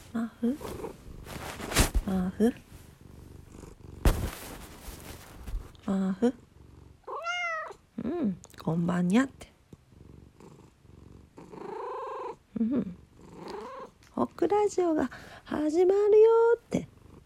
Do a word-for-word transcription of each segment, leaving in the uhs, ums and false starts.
マフマフマフうんこんばんにゃってうんホックラジオが始まるよって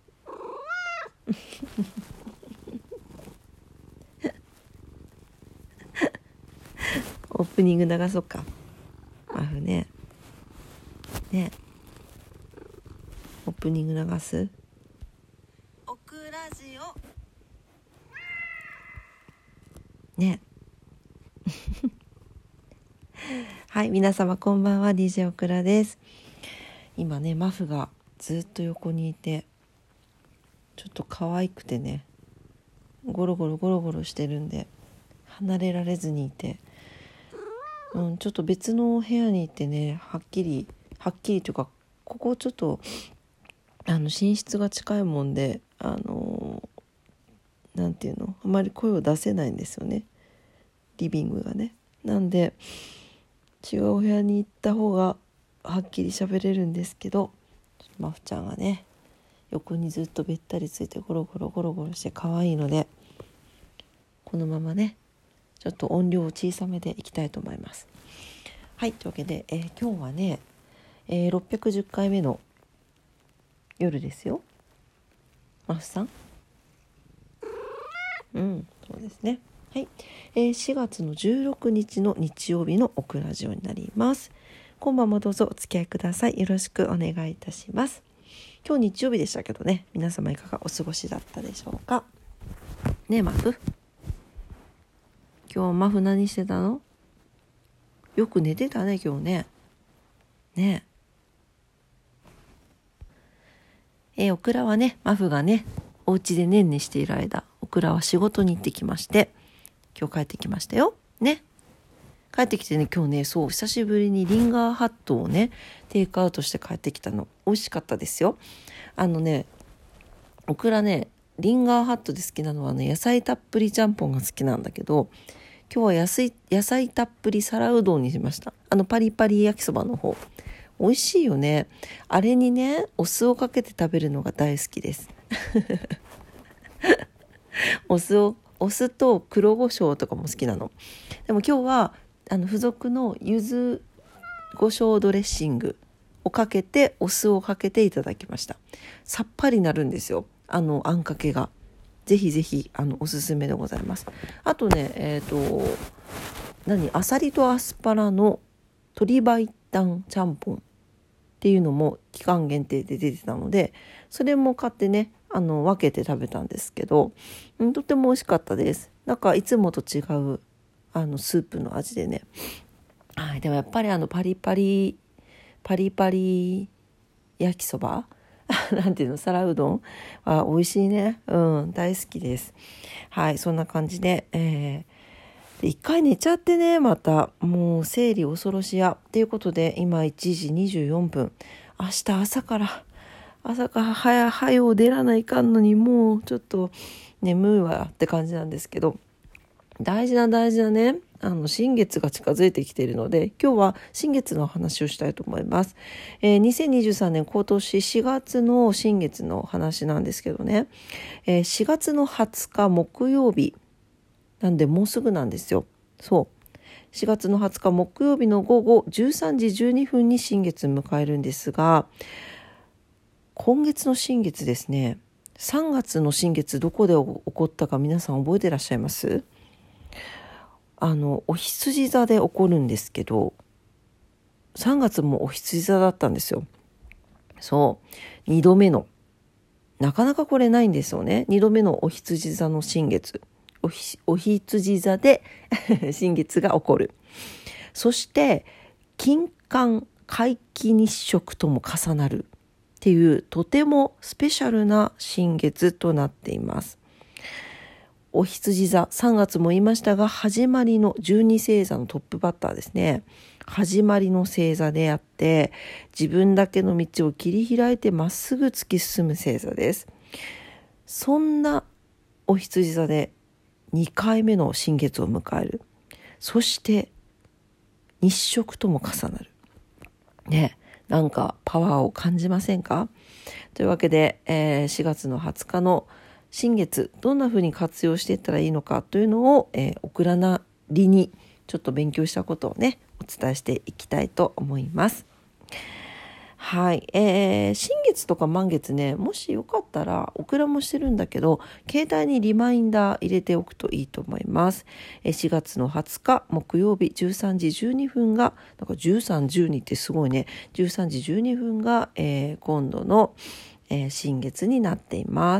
オープニング流そうか。マフねねオープニング流すオクラジオねはい皆様こんばんは ディージェー オクラです。今ねマフがずっと横にいてちょっと可愛くてねゴロゴロゴロゴロしてるんで離れられずにいて、うん、ちょっと別の部屋に行ってねはっきりはっきりというかここちょっとあの寝室が近いもんであのー、なんていうのあまり声を出せないんですよねリビングがね。なんで違うお部屋に行った方がはっきり喋れるんですけどマフちゃんがね横にずっとべったりついてゴロゴロゴロゴロして可愛いのでこのままねちょっと音量を小さめでいきたいと思います。はいというわけで、えー、今日はね、えー、ろっぴゃくじゅっかいめの夜ですよ。マフさんうんそうですねはい、えー、しがつのじゅうろくにちの日曜日のオクラジオになります。今晩もどうぞお付き合いください。よろしくお願いいたします。今日日曜日でしたけどね皆様いかがお過ごしだったでしょうかねえマフ今日マフ何してたの？よく寝てたね今日ね。ねえ。えー、オクラはねマフがねお家でねんねしている間オクラは仕事に行ってきまして今日帰ってきましたよね。帰ってきてね今日ねそう久しぶりにリンガーハットをねテイクアウトして帰ってきたの美味しかったですよ。あのねオクラねリンガーハットで好きなのはね野菜たっぷりちゃんぽんが好きなんだけど今日は野菜、野菜たっぷり皿うどんにしました。あのパリパリ焼きそばの方美味しいよね。あれにねお酢をかけて食べるのが大好きですお酢をお酢と黒胡椒とかも好きなの。でも今日はあの付属の柚子胡椒ドレッシングをかけてお酢をかけていただきました。さっぱりなるんですよあのあんかけが。ぜひぜひあのおすすめでございます。あとねえっと何あさりとアスパラの鶏白湯ちゃんぽんっていうのも期間限定で出てたのでそれも買ってねあの分けて食べたんですけど、うん、とても美味しかったです。なんかいつもと違うあのスープの味でね、はい、でもやっぱりあのパリパリパリパリ焼きそばなんていうの皿うどんは美味しいね。うん大好きです。はいそんな感じで、えー、で一回寝ちゃってねまたもう生理恐ろしやっていうことで今いちじにじゅうよんぷん明日朝から朝から早早う出らないかんのにもうちょっと眠いわって感じなんですけど大事な大事なねあの新月が近づいてきているので今日は新月の話をしたいと思います。えー、にせんにじゅうさんねん今年しがつの新月の話なんですけどね、えー、しがつのはつか木曜日なんでもうすぐなんですよ。そうしがつのはつか木曜日の午後じゅうさんじじゅうにふんに新月を迎えるんですが今月の新月ですねさんがつの新月どこで起こったか皆さん覚えてらっしゃいます？あのお羊座で起こるんですけどさんがつもお羊座だったんですよ。そうにどめのなかなかこれないんですよね。にどめのお羊座の新月おひお羊座で新月が起こる。そして金環皆既日食とも重なるっていうとてもスペシャルな新月となっています。お羊座さんがつも言いましたが始まりのじゅうに星座のトップバッターですね。始まりの星座であって自分だけの道を切り開いてまっすぐ突き進む星座です。そんなお羊座でにかいめの新月を迎える。そして日食とも重なるね。 なんかパワーを感じませんか？というわけで、えー、しがつのはつかの新月、どんな風に活用していったらいいのかというのを、えー、オクラなりにちょっと勉強したことをね、お伝えしていきたいと思います。はい、えー、新月とか満月ね、もしよかったらオクラもしてるんだけど、携帯にリマインダー入れておくといいと思います。えー、しがつのはつか木曜日じゅうさんじじゅうにふんが、なんかじゅうさん、じゅうにってすごいね、じゅうさんじじゅうにふんが、えー、今度の、えー、新月になっています。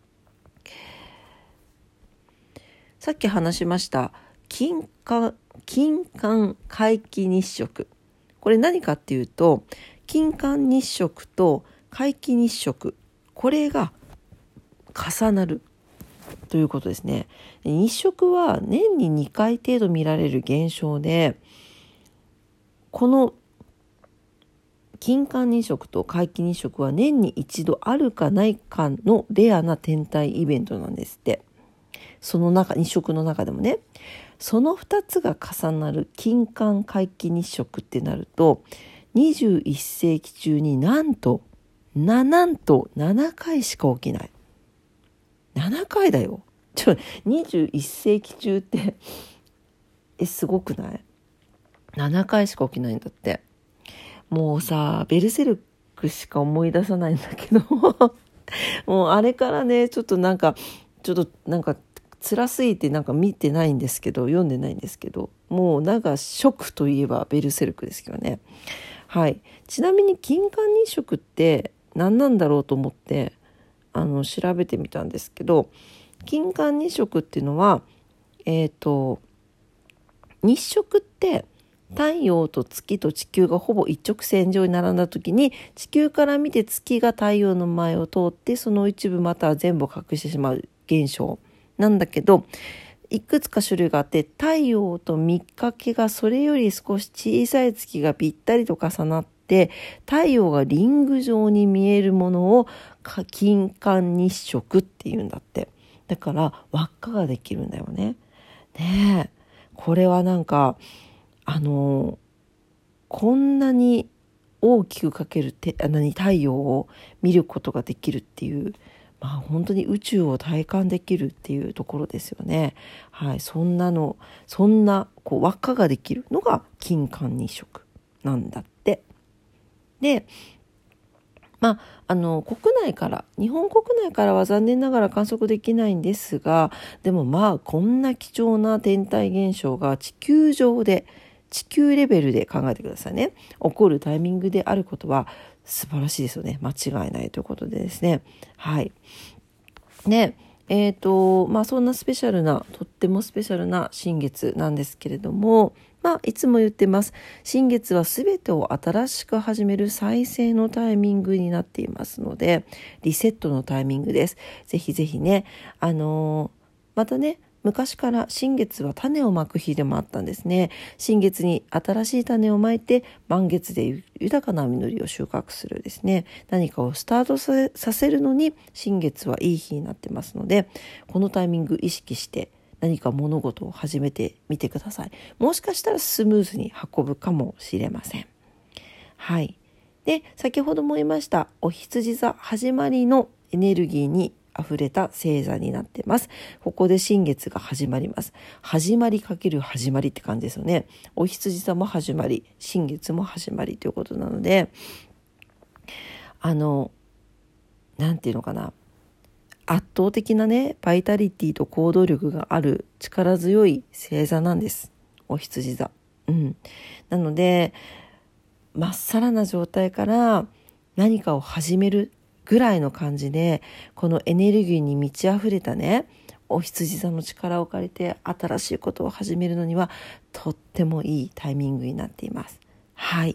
さっき話しました金環金環皆既日食、これ何かっていうと、金環日食と皆既日食、これが重なるということですね。日食は年ににかい程度見られる現象で、この金環日食と皆既日食は年に一度あるかないかのレアな天体イベントなんですって。その中、日食の中でもね、そのふたつが重なる金環皆既日食ってなると、にじゅういっせいき中になんとななんとななかいしか起きない。ななかいだよ。ちょにじゅういっせいき中ってえすごくない？ななかいしか起きないんだって。もうさ、ベルセルクしか思い出さないんだけどもうあれからね、ちょっとなんかちょっとなんか辛すぎてなんか見てないんですけど、読んでないんですけど、もうなんかショックといえばベルセルクですけどね。はい、ちなみに金環日食って何なんだろうと思ってあの調べてみたんですけど、金環日食っていうのは、えーと、日食って太陽と月と地球がほぼ一直線上に並んだ時に、地球から見て月が太陽の前を通ってその一部または全部を隠してしまう現象なんだけど、いくつか種類があって、太陽と見かけがそれより少し小さい月がぴったりと重なって太陽がリング状に見えるものを金環日食っていうんだって。だから輪っかができるんだよね。ねえ、これはなんかあのこんなに大きくかけるてあ何太陽を見ることができるっていう、まあ、本当に宇宙を体感できるっていうところですよね。はい、そんなのそんなこう輪っかができるのが金環日食なんだって。で、まあ、あの国内から日本国内からは残念ながら観測できないんですが、でもまあこんな貴重な天体現象が地球上で地球レベルで考えてくださいね、起こるタイミングであることは素晴らしいですよね。間違いないということでですね。はい。ね、えーと、まあそんなスペシャルな、とってもスペシャルな新月なんですけれども、まあいつも言ってます。新月はすべてを新しく始める再生のタイミングになっていますので、リセットのタイミングです。ぜひぜひね、あのー、またね、昔から新月は種をまく日でもあったんですね。新月に新しい種をまいて、満月で豊かな実りを収穫するですね。何かをスタートさせ、させるのに新月はいい日になってますので、このタイミング意識して何か物事を始めてみてください。もしかしたらスムーズに運ぶかもしれません。はい。で、先ほども言いましたお羊座始まりのエネルギーに溢れた星座になっています。ここで新月が始まります。始まりかける始まりって感じですよね。お羊座も始まり、新月も始まりということなので、あのなんていうのかな、圧倒的なねバイタリティと行動力がある力強い星座なんです、お羊座。うん。なのでまっさらな状態から何かを始めるぐらいの感じで、このエネルギーに満ち溢れたねお羊座の力を借りて新しいことを始めるのにはとってもいいタイミングになっています。はい。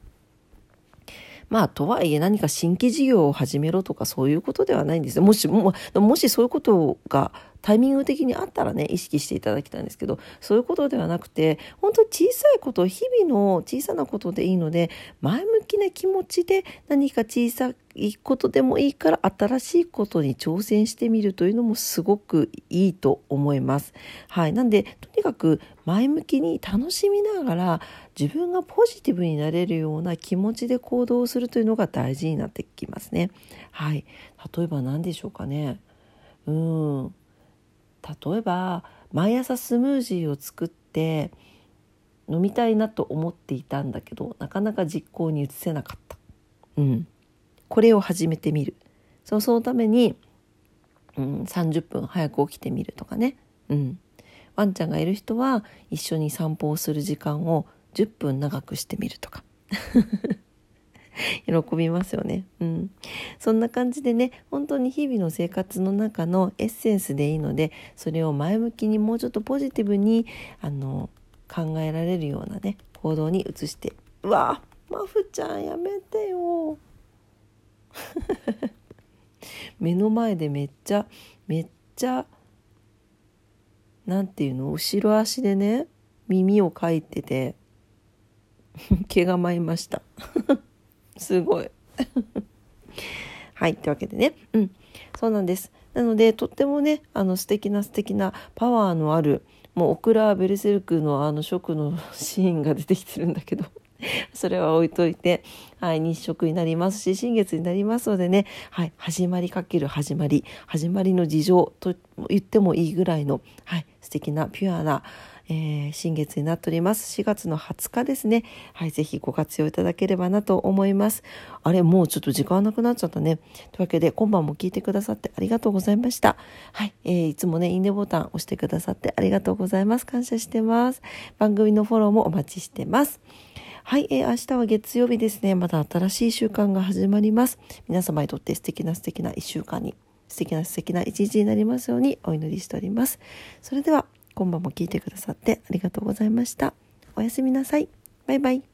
まあとはいえ何か新規事業を始めろとかそういうことではないんですよ。もしももしそういうことがタイミング的にあったらね意識していただきたいんですけど、そういうことではなくて、本当に小さいこと、日々の小さなことでいいので、前向きな気持ちで何か小さいことでもいいから新しいことに挑戦してみるというのもすごくいいと思います。はい、なんでとにかく前向きに楽しみながら自分がポジティブになれるような気持ちで行動するというのが大事になってきますね。はい、例えば何でしょうかね。うーん例えば毎朝スムージーを作って飲みたいなと思っていたんだけど、なかなか実行に移せなかった、うん、これを始めてみる。そうそのために、うん、さんじゅっぷん早く起きてみるとかね、うん、ワンちゃんがいる人は一緒に散歩をする時間をじゅっぷん長くしてみるとか喜びますよね、うん、そんな感じでね、本当に日々の生活の中のエッセンスでいいので、それを前向きにもうちょっとポジティブにあの考えられるようなね行動に移して、うわマフちゃんやめてよ目の前でめっちゃめっちゃなんていうの、後ろ足でね耳をかいてて毛が舞いましたすごいはいというわけでね、うんそうなんです。なのでとってもねあの素敵な素敵なパワーのある、もうオクラベルセルクのあの食のシーンが出てきてるんだけどそれは置いといて、はい、日食になりますし新月になりますのでね、はい、始まりかける始まり始まりの事情と言ってもいいぐらいの、はい、素敵なピュアな、えー、新月になっております。しがつのはつかですね。はい、ぜひご活用いただければなと思います。あれもうちょっと時間なくなっちゃったね。というわけで今晩も聞いてくださってありがとうございました。はい、えー、いつもねいいねボタン押してくださってありがとうございます。感謝してます。番組のフォローもお待ちしてます。はい、えー、明日は月曜日ですね。また新しい習慣が始まります。皆様にとって素敵な素敵ないっしゅうかんに、素敵な素敵な一日になりますようにお祈りしております。それでは今晩も聞いてくださってありがとうございました。おやすみなさい。バイバイ。